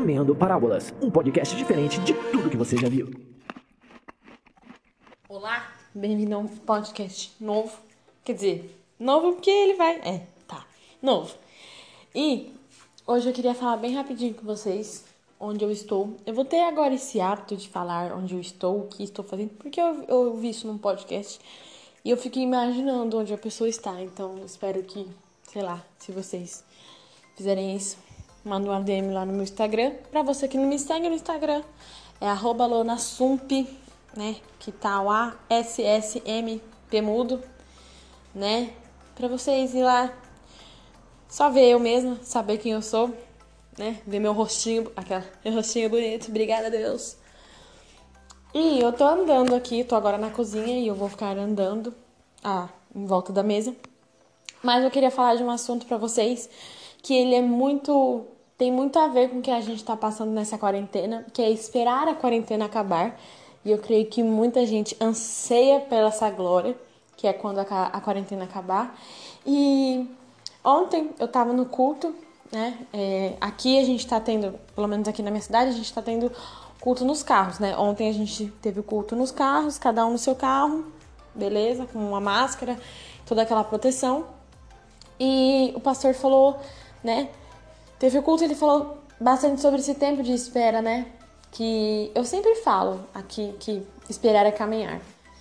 Comendo Parábolas, um podcast diferente de tudo que você já viu. Olá, bem-vindo a um podcast novo. Quer dizer, novo porque ele vai... novo. E hoje eu queria falar bem rapidinho com vocês onde eu estou. Eu vou ter agora esse hábito de falar onde eu estou, o que estou fazendo, porque eu vi isso num podcast e eu fiquei imaginando onde a pessoa está. Então, espero que, sei lá, se vocês fizerem isso, manda um ADM lá no meu Instagram. Pra você que não me segue no Instagram, é @lonasump, né? Que tá o ASSMP mudo, né? Pra vocês ir lá, só ver eu mesma, saber quem eu sou, né? Ver meu rostinho, meu rostinho bonito, obrigada a Deus. E eu tô andando aqui, tô agora na cozinha e eu vou ficar andando em volta da mesa. Mas eu queria falar de um assunto pra vocês que ele tem muito a ver com o que a gente tá passando nessa quarentena, que é esperar a quarentena acabar. E eu creio que muita gente anseia pela essa glória, que é quando a quarentena acabar. E ontem eu tava no culto, né? Aqui a gente tá tendo, pelo menos aqui na minha cidade, a gente tá tendo culto nos carros, né? Ontem a gente teve o culto nos carros, cada um no seu carro, beleza? Com uma máscara, toda aquela proteção. E o pastor falou, né? Teve o culto, ele falou bastante sobre esse tempo de espera, né? Que eu sempre falo aqui que esperar é caminhar.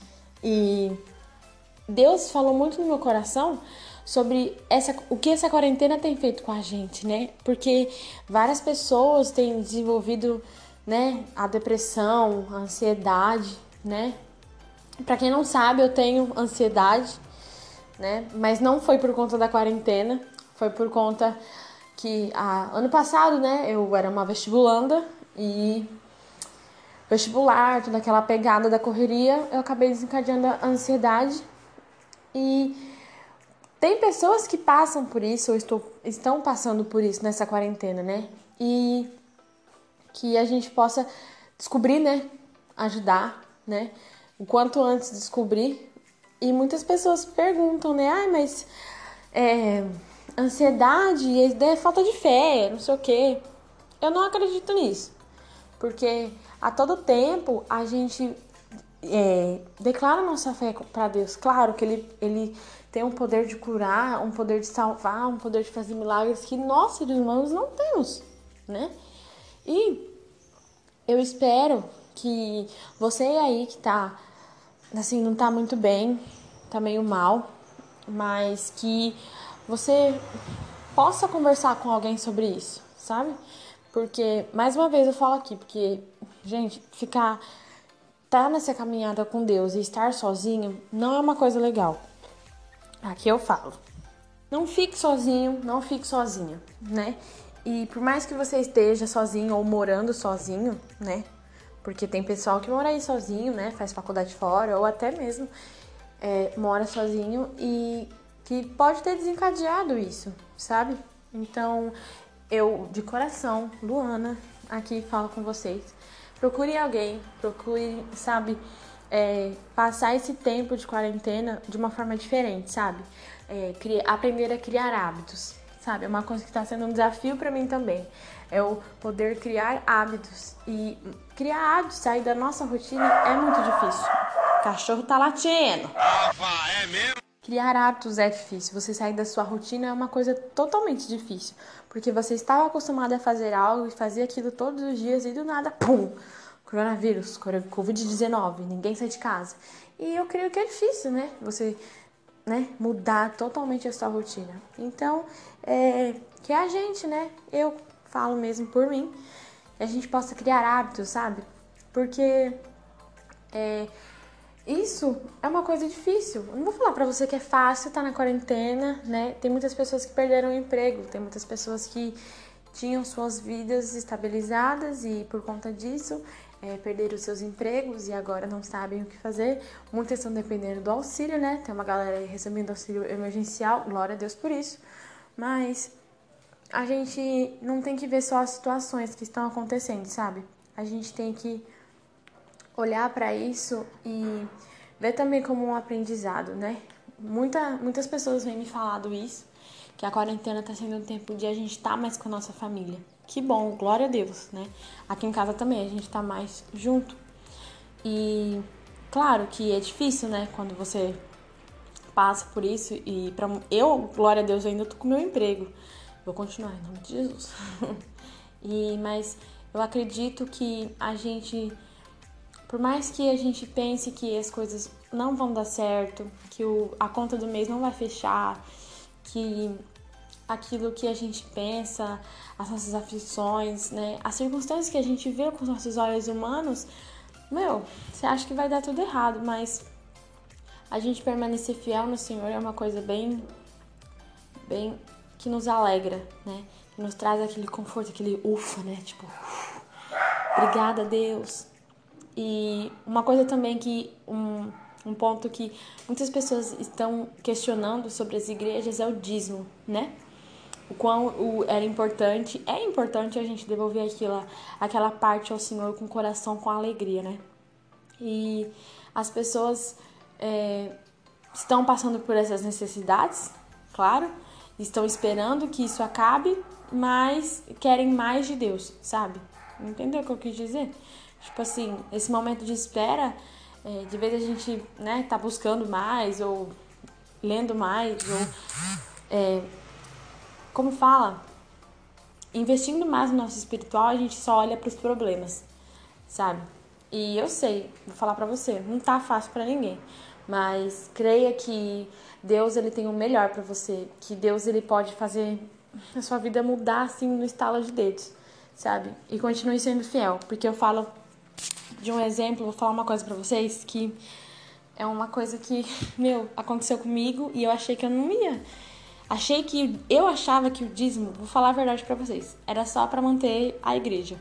E Deus falou muito no meu coração sobre o que essa quarentena tem feito com a gente, né? Porque várias pessoas têm desenvolvido, né, a depressão, a ansiedade, né? Pra quem não sabe, eu tenho ansiedade, né? Mas não foi por conta da quarentena, foi por conta que ano passado, né, eu era uma vestibulanda e vestibular, toda aquela pegada da correria, eu acabei desencadeando a ansiedade. E tem pessoas que passam por isso, ou estão passando por isso nessa quarentena, né? E que a gente possa descobrir, né? Ajudar, né? O quanto antes descobrir. E muitas pessoas perguntam, né? Mas ansiedade é falta de fé, não sei o quê. Eu não acredito nisso. Porque a todo tempo a gente declara nossa fé para Deus. Claro que ele tem um poder de curar, um poder de salvar, um poder de fazer milagres que nós, seres humanos, não temos, né? E eu espero que você aí que tá, assim, não tá muito bem, tá meio mal, mas que você possa conversar com alguém sobre isso, sabe? Porque, mais uma vez eu falo aqui, porque, gente, tá nessa caminhada com Deus e estar sozinho não é uma coisa legal. Aqui eu falo. Não fique sozinho, não fique sozinha, né? E por mais que você esteja sozinho ou morando sozinho, né? Porque tem pessoal que mora aí sozinho, né? Faz faculdade fora ou até mesmo mora sozinho e que pode ter desencadeado isso, sabe? Então, eu, de coração, Luana, aqui falo com vocês. Procure alguém, sabe, passar esse tempo de quarentena de uma forma diferente, sabe? Aprender a criar hábitos, sabe? É uma coisa que está sendo um desafio para mim também. É o poder criar hábitos. E criar hábitos, sair da nossa rotina é muito difícil. O cachorro tá latindo. É mesmo? Criar hábitos é difícil. Você sair da sua rotina é uma coisa totalmente difícil. Porque você estava acostumado a fazer algo e fazer aquilo todos os dias e do nada, pum! Coronavírus, Covid-19, ninguém sai de casa. E eu creio que é difícil, né? Você, né, mudar totalmente a sua rotina. Então, que a gente, né? Eu falo mesmo por mim, que a gente possa criar hábitos, sabe? Porque isso é uma coisa difícil. Eu não vou falar pra você que é fácil estar na quarentena, né? Tem muitas pessoas que perderam o emprego, tem muitas pessoas que tinham suas vidas estabilizadas e por conta disso perderam seus empregos e agora não sabem o que fazer. Muitas estão dependendo do auxílio, né? Tem uma galera aí recebendo auxílio emergencial, glória a Deus por isso. Mas a gente não tem que ver só as situações que estão acontecendo, sabe? A gente tem que olhar para isso e ver também como um aprendizado, né? Muitas pessoas vêm me falando isso, que a quarentena tá sendo um tempo de a gente estar mais com a nossa família, Que bom, glória a Deus, né? Aqui em casa também a gente tá mais junto. E claro que é difícil, né? Quando você passa por isso. E eu, glória a Deus, ainda tô com o meu emprego. Vou continuar em nome de Jesus. Mas eu acredito que a gente, por mais que a gente pense que as coisas não vão dar certo, que a conta do mês não vai fechar, que aquilo que a gente pensa, as nossas aflições, né, as circunstâncias que a gente vê com os nossos olhos humanos, você acha que vai dar tudo errado, mas a gente permanecer fiel no Senhor é uma coisa bem que nos alegra, né? Que nos traz aquele conforto, aquele ufa, né? Tipo, obrigada, Deus. E uma coisa também que um ponto que muitas pessoas estão questionando sobre as igrejas é o dízimo, né? O quão é importante a gente devolver aquela parte ao Senhor com o coração, com alegria, né? E as pessoas estão passando por essas necessidades, claro, estão esperando que isso acabe, mas querem mais de Deus, sabe? Entendeu o que eu quis dizer? Tipo assim, esse momento de espera, de vez a gente, né, tá buscando mais, ou lendo mais, ou, como fala, investindo mais no nosso espiritual, a gente só olha pros problemas, sabe? E eu sei, vou falar pra você, não tá fácil pra ninguém, mas creia que Deus, ele tem o melhor pra você, que Deus, ele pode fazer a sua vida mudar, assim, no estalo de dedos, sabe? E continue sendo fiel, porque eu falo de um exemplo, vou falar uma coisa pra vocês, que é uma coisa que, aconteceu comigo e eu achei que eu não ia. Eu achava que o dízimo, vou falar a verdade pra vocês, era só pra manter a igreja.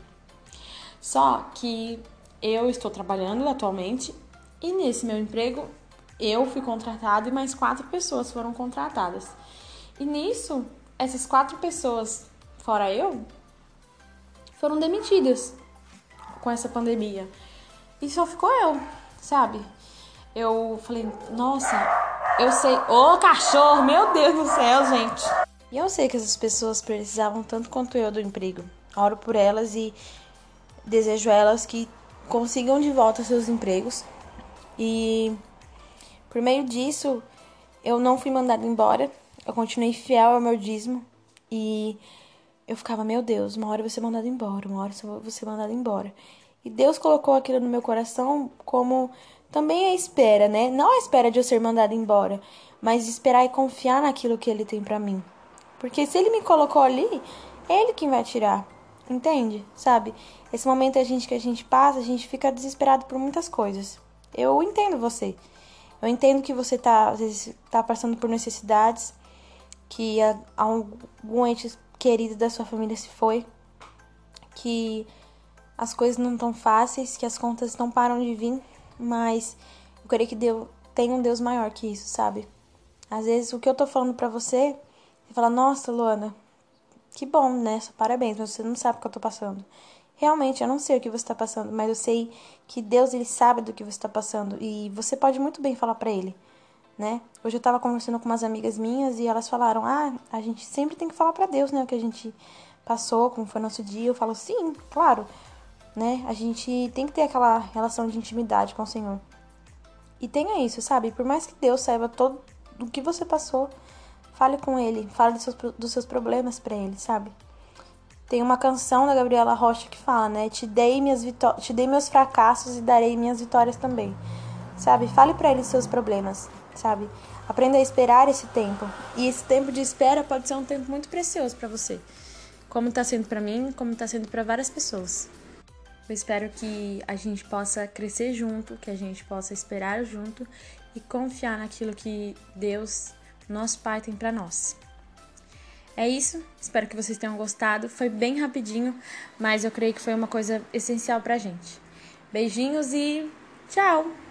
Só que eu estou trabalhando atualmente e nesse meu emprego eu fui contratada e mais 4 pessoas foram contratadas. E nisso, essas 4 pessoas, fora eu, foram demitidas com essa pandemia. E só ficou eu, sabe? Eu falei, nossa, eu sei... Ô, cachorro, meu Deus do céu, gente. E eu sei que essas pessoas precisavam tanto quanto eu do emprego. Oro por elas e desejo a elas que consigam de volta seus empregos. E por meio disso, eu não fui mandada embora. Eu continuei fiel ao meu dízimo. E eu ficava, meu Deus, uma hora eu vou ser mandada embora, uma hora eu vou ser mandada embora. E Deus colocou aquilo no meu coração como também a espera, né? Não a espera de eu ser mandada embora, mas de esperar e confiar naquilo que Ele tem pra mim. Porque se Ele me colocou ali, é Ele quem vai tirar. Entende? Sabe? Esse momento que a gente passa, a gente fica desesperado por muitas coisas. Eu entendo você. Eu entendo que você às vezes tá passando por necessidades, que algum ente querido da sua família se foi, que as coisas não estão fáceis, que as contas não param de vir, mas eu creio que Deus tem um Deus maior que isso, sabe? Às vezes o que eu tô falando pra você, você fala, nossa, Luana, que bom, né? Parabéns, mas você não sabe o que eu tô passando. Realmente, eu não sei o que você tá passando, mas eu sei que Deus, ele sabe do que você tá passando e você pode muito bem falar pra ele, né? Hoje eu tava conversando com umas amigas minhas e elas falaram, a gente sempre tem que falar pra Deus, né? O que a gente passou, como foi nosso dia. Eu falo, sim, claro, né? A gente tem que ter aquela relação de intimidade com o Senhor. E tenha isso, sabe? Por mais que Deus saiba todo o que você passou, fale com Ele, fale dos seus problemas pra Ele, sabe? Tem uma canção da Gabriela Rocha que fala, né? Te dei meus fracassos e darei minhas vitórias também, sabe? Fale pra Ele os seus problemas, sabe? Aprenda a esperar esse tempo. E esse tempo de espera pode ser um tempo muito precioso pra você. Como tá sendo pra mim, como tá sendo pra várias pessoas. Eu espero que a gente possa crescer junto, que a gente possa esperar junto e confiar naquilo que Deus, nosso Pai, tem pra nós. É isso, espero que vocês tenham gostado. Foi bem rapidinho, mas eu creio que foi uma coisa essencial pra gente. Beijinhos e tchau!